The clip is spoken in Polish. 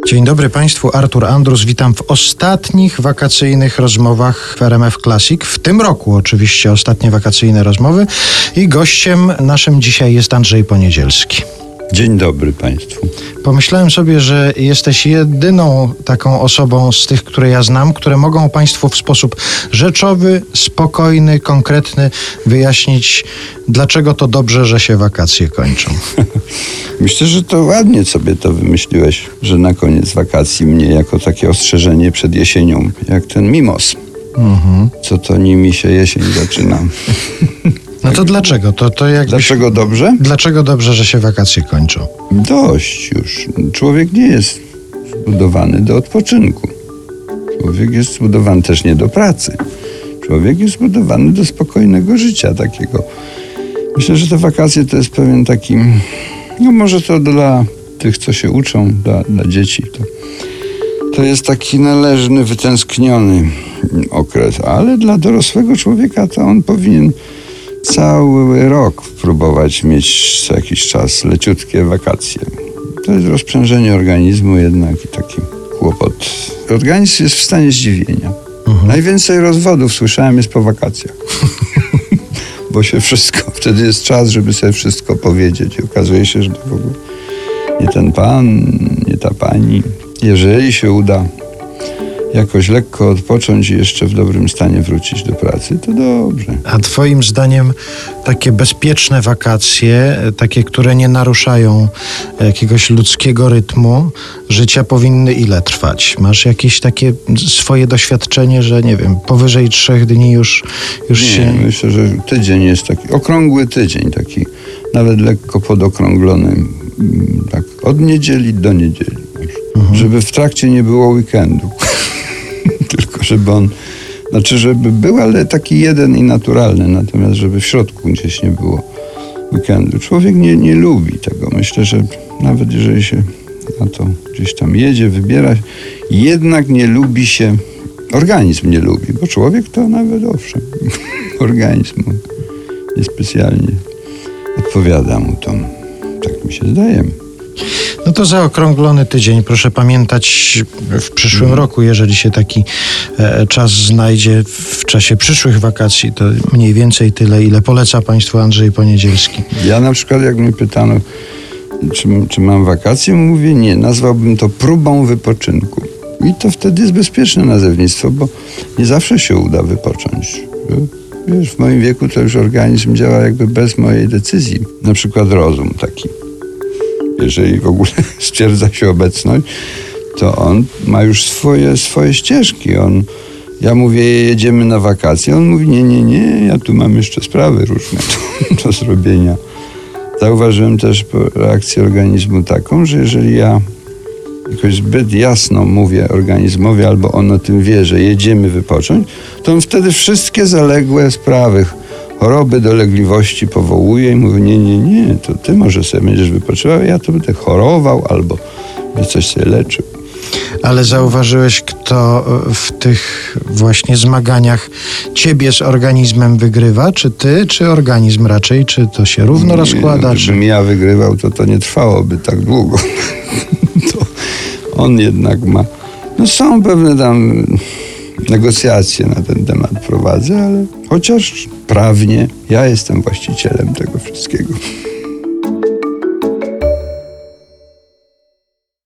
Dzień dobry Państwu, Artur Andrus. Witam w ostatnich wakacyjnych rozmowach w RMF Classic. W tym roku oczywiście ostatnie wakacyjne rozmowy i gościem naszym dzisiaj jest Andrzej Poniedzielski. Dzień dobry Państwu. Pomyślałem sobie, że jesteś jedyną taką osobą z tych, które ja znam, które mogą Państwu w sposób rzeczowy, spokojny, konkretny wyjaśnić, dlaczego to dobrze, że się wakacje kończą. Myślę, że to ładnie sobie to wymyśliłeś, że na koniec wakacji mnie jako takie ostrzeżenie przed jesienią, jak ten mimos. Co to nimi się jesień zaczyna. No to dlaczego? Dlaczego dobrze? Dlaczego dobrze, że się wakacje kończą? Dość już. Człowiek nie jest zbudowany do odpoczynku. Człowiek jest zbudowany też nie do pracy. Człowiek jest zbudowany do spokojnego życia takiego. Myślę, że te wakacje to jest pewien taki, no może to dla tych, co się uczą, dla dzieci, to jest taki należny, wytęskniony okres, ale dla dorosłego człowieka to on powinien cały rok próbować mieć co jakiś czas leciutkie wakacje. To jest rozprzężenie organizmu jednak i taki kłopot. Organizm jest w stanie zdziwienia. Najwięcej rozwodów słyszałem jest po wakacjach. Bo się wszystko, wtedy jest czas, żeby sobie wszystko powiedzieć. I okazuje się, że to w ogóle nie ten pan, nie ta pani. Jeżeli się uda jakoś lekko odpocząć i jeszcze w dobrym stanie wrócić do pracy, to dobrze. A twoim zdaniem takie bezpieczne wakacje, takie, które nie naruszają jakiegoś ludzkiego rytmu życia, powinny ile trwać? Masz jakieś takie swoje doświadczenie, że nie wiem, powyżej 3 dni już nie, się... Myślę, że tydzień jest taki, okrągły tydzień, taki nawet lekko podokrąglony, tak od niedzieli do niedzieli. Żeby w trakcie nie było weekendu. Tylko żeby on, żeby był, ale taki jeden i naturalny, natomiast żeby w środku gdzieś nie było weekendu. Człowiek nie lubi tego. Myślę, że nawet jeżeli się na to gdzieś tam jedzie, wybiera, jednak nie lubi się, organizm nie lubi, bo człowiek to nawet owszem, organizm niespecjalnie odpowiada mu to. Tak mi się zdaje. No to zaokrąglony tydzień. Proszę pamiętać w przyszłym roku, jeżeli się taki czas znajdzie w czasie przyszłych wakacji, to mniej więcej tyle, ile poleca Państwu Andrzej Poniedzielski. Ja na przykład, jak mnie pytano, czy mam wakacje, mówię nie. Nazwałbym to próbą wypoczynku. I to wtedy jest bezpieczne nazewnictwo, bo nie zawsze się uda wypocząć. Wiesz, w moim wieku to już organizm działa jakby bez mojej decyzji. Na przykład rozum taki. Jeżeli w ogóle stwierdza się obecność, to on ma już swoje ścieżki. Ja mówię, jedziemy na wakacje. On mówi, nie, ja tu mam jeszcze sprawy różne do zrobienia. Zauważyłem też po reakcji organizmu taką, że jeżeli ja jakoś zbyt jasno mówię organizmowi, albo on o tym wie, że jedziemy wypocząć, to on wtedy wszystkie zaległe sprawy, choroby, dolegliwości powołuje i mówi, nie, to ty może sobie będziesz wypoczywał, ja to będę chorował albo coś sobie leczył. Ale zauważyłeś, kto w tych właśnie zmaganiach ciebie z organizmem wygrywa? Czy ty, czy organizm raczej? Czy to się równo rozkłada? Gdybym ja wygrywał, to nie trwałoby tak długo. To on jednak ma... No są pewne tam negocjacje na ten temat prowadzę, ale chociaż prawnie ja jestem właścicielem tego wszystkiego.